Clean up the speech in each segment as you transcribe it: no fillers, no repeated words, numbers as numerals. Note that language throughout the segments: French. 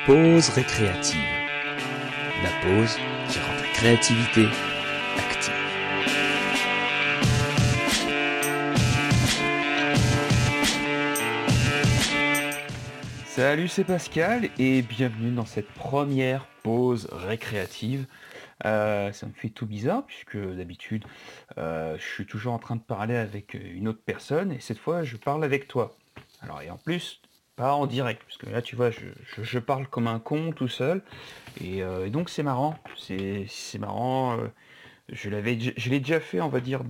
Pause récréative. La pause qui rend ta créativité active. Salut, c'est Pascal et bienvenue dans cette première pause récréative. Ça me fait tout bizarre puisque d'habitude je suis toujours en train de parler avec une autre personne et cette fois je parle avec toi. Alors et en plus pas en direct puisque là tu vois je parle comme un con tout seul et donc c'est marrant. C'est marrant. Je l'ai déjà fait on va dire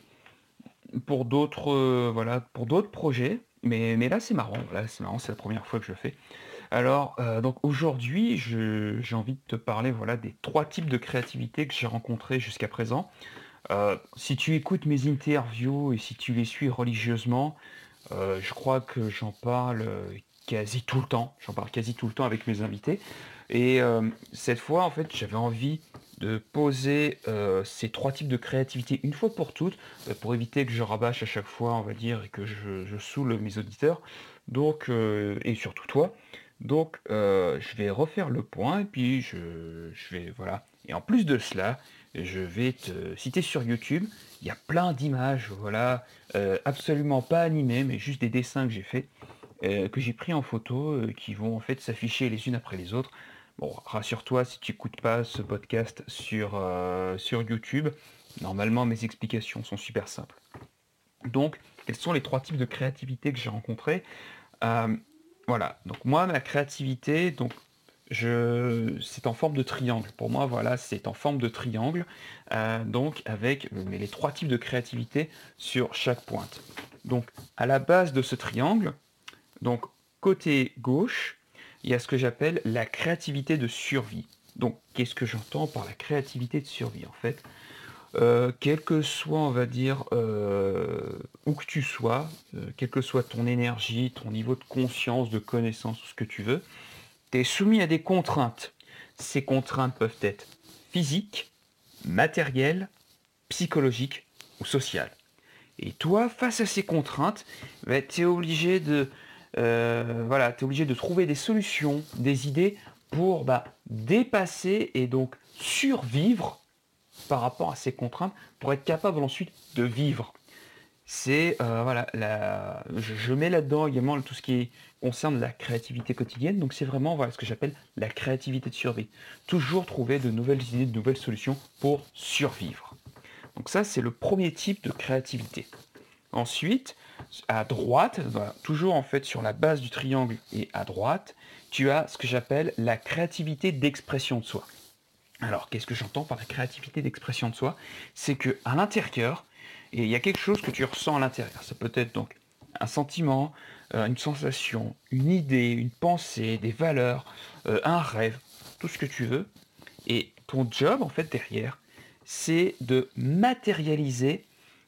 pour d'autres voilà pour d'autres projets mais là c'est marrant. Là c'est marrant, c'est la première fois que je le fais. Alors, donc aujourd'hui, j'ai envie de te parler, voilà, des 3 types de créativité que j'ai rencontrés jusqu'à présent. Si tu écoutes mes interviews et si tu les suis religieusement, je crois que j'en parle, quasi tout le temps. J'en parle quasi tout le temps avec mes invités et cette fois, en fait, j'avais envie de poser, ces 3 types de créativité une fois pour toutes, pour éviter que je rabâche à chaque fois, on va dire et que je saoule mes auditeurs donc et surtout toi. Donc je vais refaire le point et puis je vais voilà et en plus de cela, je vais te citer sur YouTube, il y a plein d'images, voilà, absolument pas animées, mais juste des dessins que j'ai faits, que j'ai pris en photo, qui vont en fait s'afficher les unes après les autres. Bon, rassure-toi, si tu écoutes pas ce podcast sur YouTube, normalement mes explications sont super simples. Donc, quels sont les 3 types de créativité que j'ai rencontrés? Hem, voilà, donc moi, ma créativité, donc c'est en forme de triangle. Pour moi, voilà, c'est en forme de triangle, donc avec, mais les 3 types de créativité sur chaque pointe. Donc à la base de ce triangle, donc côté gauche, il y a ce que j'appelle la créativité de survie. Donc qu'est-ce que j'entends par la créativité de survie? En fait, quel que soit, on va dire, où que tu sois, quelle que soit ton énergie, ton niveau de conscience, de connaissance, ce que tu veux, tu es soumis à des contraintes. Ces contraintes peuvent être physiques, matérielles, psychologiques ou sociales. Et toi, face à ces contraintes, bah, tu es obligé voilà, t'es obligé de trouver des solutions, des idées pour dépasser et donc survivre par rapport à ces contraintes pour être capable ensuite de vivre. C'est voilà, je mets là-dedans également tout ce qui concerne la créativité quotidienne. Donc c'est vraiment voilà, ce que j'appelle la créativité de survie. Toujours trouver de nouvelles idées, de nouvelles solutions pour survivre. Donc ça, c'est le premier type de créativité. Ensuite, à droite, voilà, toujours en fait sur la base du triangle et à droite, tu as ce que j'appelle la créativité d'expression de soi. Alors, qu'est-ce que j'entends par la créativité d'expression de soi? C'est que à l'intérieur, il y a quelque chose que tu ressens à l'intérieur. Ça peut être donc un sentiment, une sensation, une idée, une pensée, des valeurs, un rêve, tout ce que tu veux. Et ton job, en fait, derrière, c'est de matérialiser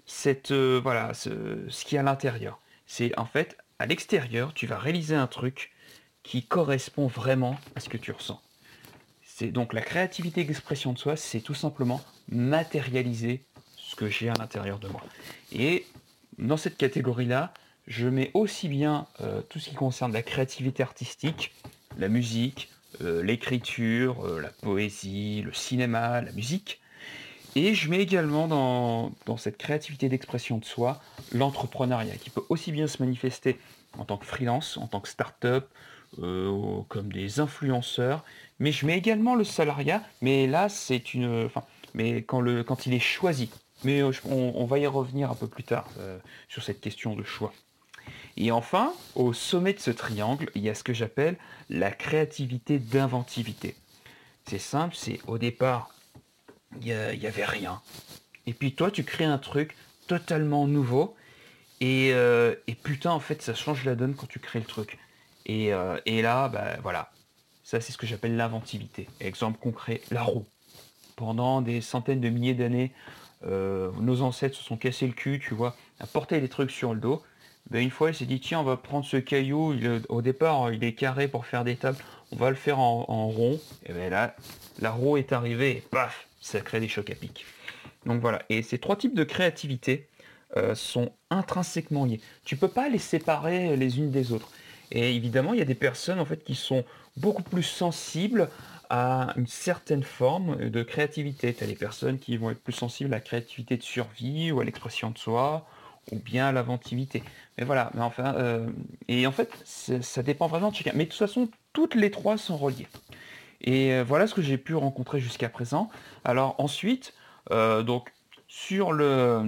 voilà, ce qui est à l'intérieur. C'est en fait, à l'extérieur, tu vas réaliser un truc qui correspond vraiment à ce que tu ressens. C'est donc la créativité d'expression de soi, c'est tout simplement matérialiser ce que j'ai à l'intérieur de moi. Et dans cette catégorie-là, je mets aussi bien tout ce qui concerne la créativité artistique, la musique, l'écriture, la poésie, le cinéma, la musique. Et je mets également dans cette créativité d'expression de soi l'entrepreneuriat, qui peut aussi bien se manifester en tant que freelance, en tant que start-up, comme des influenceurs. Mais je mets également le salariat, mais là c'est enfin, mais quand il est choisi. Mais on va y revenir un peu plus tard sur cette question de choix. Et enfin, au sommet de ce triangle, il y a ce que j'appelle la créativité d'inventivité. C'est simple, c'est au départ, il y avait rien. Et puis toi, tu crées un truc totalement nouveau. Et putain, en fait, ça change la donne quand tu crées le truc. Et là, voilà. Ça, c'est ce que j'appelle l'inventivité. Exemple concret, la roue. Pendant des centaines de milliers d'années, nos ancêtres se sont cassés le cul, tu vois, à porter des trucs sur le dos. Ben, une fois, il s'est dit, tiens, on va prendre ce caillou, au départ, il est carré pour faire des tables, on va le faire en rond. Et bien là, la roue est arrivée et paf, ça crée des chocs à pic. Donc voilà, et ces 3 types de créativité sont intrinsèquement liés. Tu peux pas les séparer les unes des autres. Et évidemment, il y a des personnes en fait qui sont beaucoup plus sensibles à une certaine forme de créativité. Tu as des personnes qui vont être plus sensibles à la créativité de survie ou à l'expression de soi ou bien à l'inventivité. Mais voilà, mais enfin, et en fait, ça dépend vraiment de chacun. Mais de toute façon, toutes les 3 sont reliées. Et voilà ce que j'ai pu rencontrer jusqu'à présent. Alors ensuite, donc sur le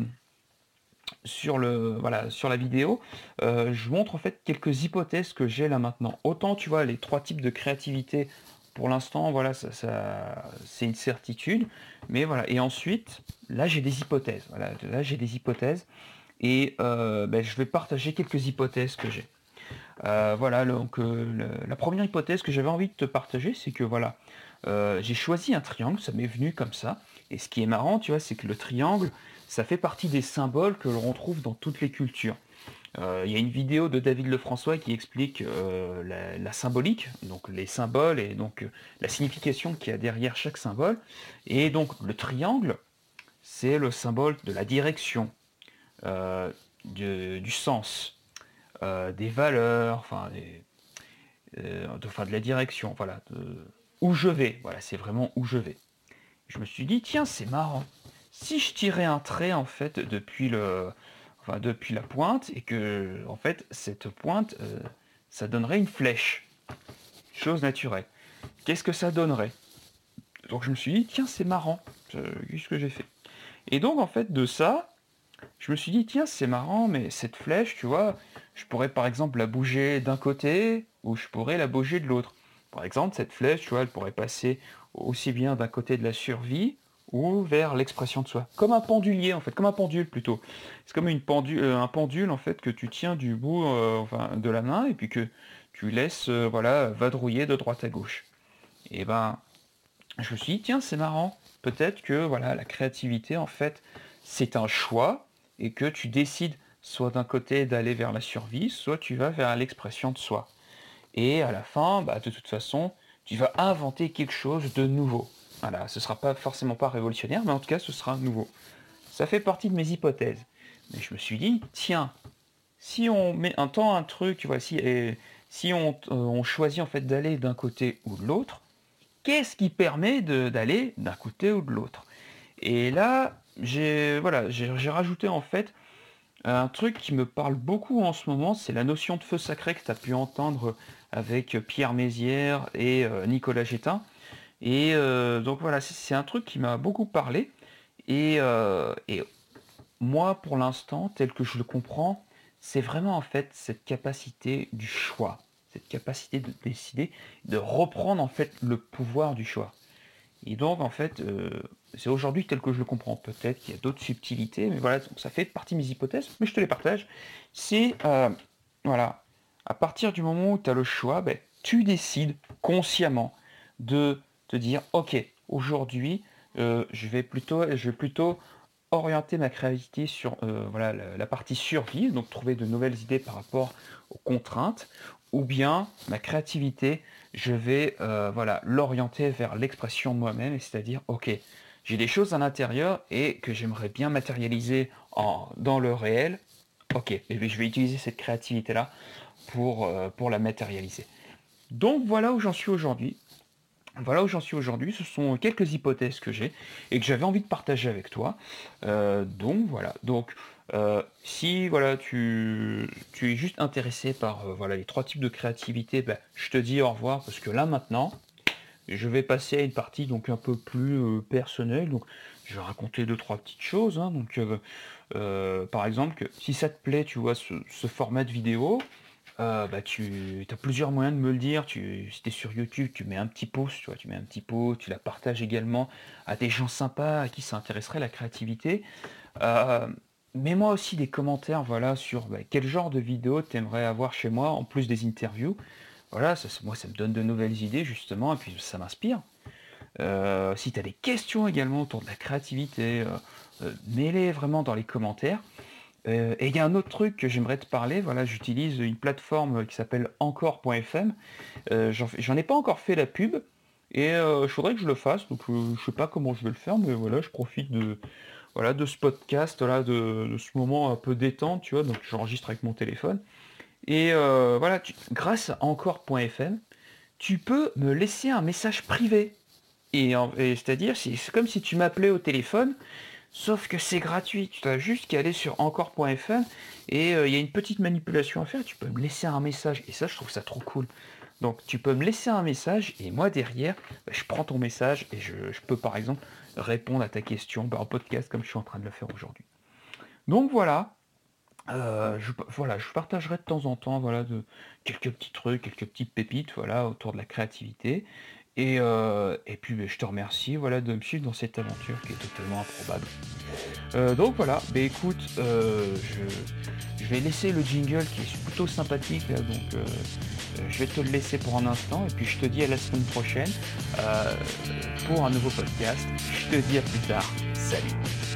sur la vidéo, je montre en fait quelques hypothèses que j'ai là maintenant. Autant tu vois les 3 types de créativité, pour l'instant voilà ça c'est une certitude, mais voilà et ensuite, là j'ai des hypothèses. Voilà, là j'ai des hypothèses et je vais partager quelques hypothèses que j'ai. Voilà donc le la 1re hypothèse que j'avais envie de te partager, c'est que voilà, j'ai choisi un triangle, ça m'est venu comme ça et ce qui est marrant, tu vois, c'est que le triangle, ça fait partie des symboles que l'on retrouve dans toutes les cultures. Il y a une vidéo de David Lefrançois qui explique, la symbolique, donc les symboles et donc, la signification qu'il y a derrière chaque symbole et donc le triangle, c'est le symbole de la direction, du sens, des valeurs, de la direction, voilà, où je vais, voilà, c'est vraiment où je vais. Je me suis dit: «Tiens, c'est marrant, si je tirais un trait en fait depuis la pointe et que en fait cette pointe, ça donnerait une flèche, chose naturelle. Qu'est-ce que ça donnerait?» Donc je me suis dit: «Tiens, c'est marrant, qu'est-ce que j'ai fait?» Et donc en fait de ça, je me suis dit: «Tiens, c'est marrant, mais cette flèche, tu vois, je pourrais par exemple la bouger d'un côté ou je pourrais la bouger de l'autre. Par exemple, cette flèche, tu vois, elle pourrait passer aussi bien d'un côté de la survie ou vers l'expression de soi. Comme un pendulier en fait, comme un pendule plutôt. C'est comme un pendule en fait que tu tiens du bout, de la main et puis que tu laisses, voilà, vadrouiller de droite à gauche. Et ben, je me suis dit: «Tiens, c'est marrant, peut-être que voilà, la créativité en fait, c'est un choix et que tu décides soit d'un côté d'aller vers la survie, soit tu vas vers l'expression de soi. Et à la fin, bah, de toute façon, tu vas inventer quelque chose de nouveau. Voilà, ce sera pas forcément pas révolutionnaire, mais en tout cas, ce sera nouveau. Ça fait partie de mes hypothèses. Mais je me suis dit, tiens, si on met un truc, tu vois, si on choisit en fait d'aller d'un côté ou de l'autre, qu'est-ce qui permet d'aller d'un côté ou de l'autre? Et là, j'ai rajouté en fait un truc qui me parle beaucoup en ce moment, c'est la notion de feu sacré que tu as pu entendre avec Pierre Mézières et Nicolas Gétin. Et donc voilà, c'est un truc qui m'a beaucoup parlé. Et moi, pour l'instant, tel que je le comprends, c'est vraiment en fait cette capacité du choix, cette capacité de décider, de reprendre en fait le pouvoir du choix. Et donc en fait, c'est aujourd'hui tel que je le comprends. Peut-être qu'il y a d'autres subtilités, mais voilà, donc ça fait partie de mes hypothèses, mais je te les partage. C'est, voilà, à partir du moment où tu as le choix, beh, tu décides consciemment de te dire: «OK, aujourd'hui, je vais plutôt orienter ma créativité sur, voilà, la partie survie, donc trouver de nouvelles idées par rapport aux contraintes, ou bien ma créativité, je vais, voilà, l'orienter vers l'expression de moi-même et c'est-à-dire: «OK, j'ai des choses à l'intérieur et que j'aimerais bien matérialiser dans le réel. OK, et beh, je vais utiliser cette créativité-là pour la matérialiser». Donc voilà où j'en suis aujourd'hui. Voilà où j'en suis aujourd'hui, ce sont quelques hypothèses que j'ai et que j'avais envie de partager avec toi. Donc voilà, donc si voilà, tu es juste intéressé par, voilà, les 3 types de créativité, bah, je te dis au revoir parce que là maintenant, je vais passer à une partie donc un peu plus, personnelle. Donc je vais raconter deux trois petites choses, hein, donc par exemple que si ça te plaît, tu vois, ce format de vidéo, bah, tu as plusieurs moyens de me le dire. Si tu es sur YouTube, tu mets un petit pouce, tu vois? Tu mets un petit pouce, tu la partages également à des gens sympas à qui ça intéresserait la créativité. Mets-moi aussi des commentaires, voilà, sur, bah, quel genre de vidéo tu aimerais avoir chez moi en plus des interviews. Voilà, moi ça me donne de nouvelles idées justement et puis ça m'inspire. Si tu as des questions également autour de la créativité, mets-les vraiment dans les commentaires. Et il y a un autre truc que j'aimerais te parler, voilà, j'utilise une plateforme qui s'appelle encore.fm. J'en ai pas encore fait la pub et il faudrait que je le fasse, donc je sais pas comment je vais le faire, mais voilà, je profite de ce podcast là, de ce moment un peu détente, tu vois? Donc j'enregistre avec mon téléphone Et voilà, grâce à encore.fm, tu peux me laisser un message privé. Et c'est-à-dire, c'est comme si tu m'appelais au téléphone, sauf que c'est gratuit. Tu dois juste qu'à aller sur encore.fm et il y a une petite manipulation à faire. Tu peux me laisser un message. Et ça, je trouve ça trop cool. Donc, tu peux me laisser un message et moi, derrière, je prends ton message et je peux, par exemple, répondre à ta question en podcast comme je suis en train de le faire aujourd'hui. Donc, voilà. Voilà, je partagerai de temps en temps, voilà, quelques petits trucs, quelques petites pépites, voilà, autour de la créativité. Et puis, je te remercie, voilà, de me suivre dans cette aventure qui est totalement improbable. Donc voilà, écoute, je vais laisser le jingle qui est plutôt sympathique, là, donc je vais te le laisser pour un instant, et puis je te dis à la semaine prochaine pour un nouveau podcast. Je te dis à plus tard. Salut.